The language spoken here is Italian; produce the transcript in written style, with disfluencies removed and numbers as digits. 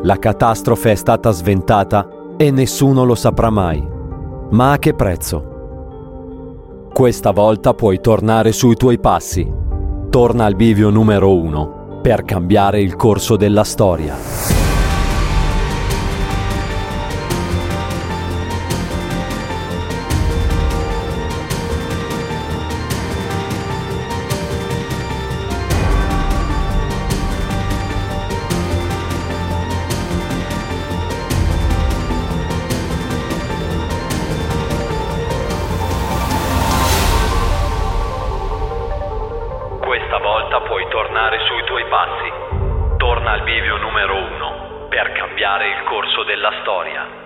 La catastrofe è stata sventata e nessuno lo saprà mai. Ma a che prezzo? Questa volta puoi tornare sui tuoi passi. Torna al bivio numero 1 per cambiare il corso della storia. Questa volta puoi tornare sui tuoi passi. Torna al bivio numero 1 per cambiare il corso della storia.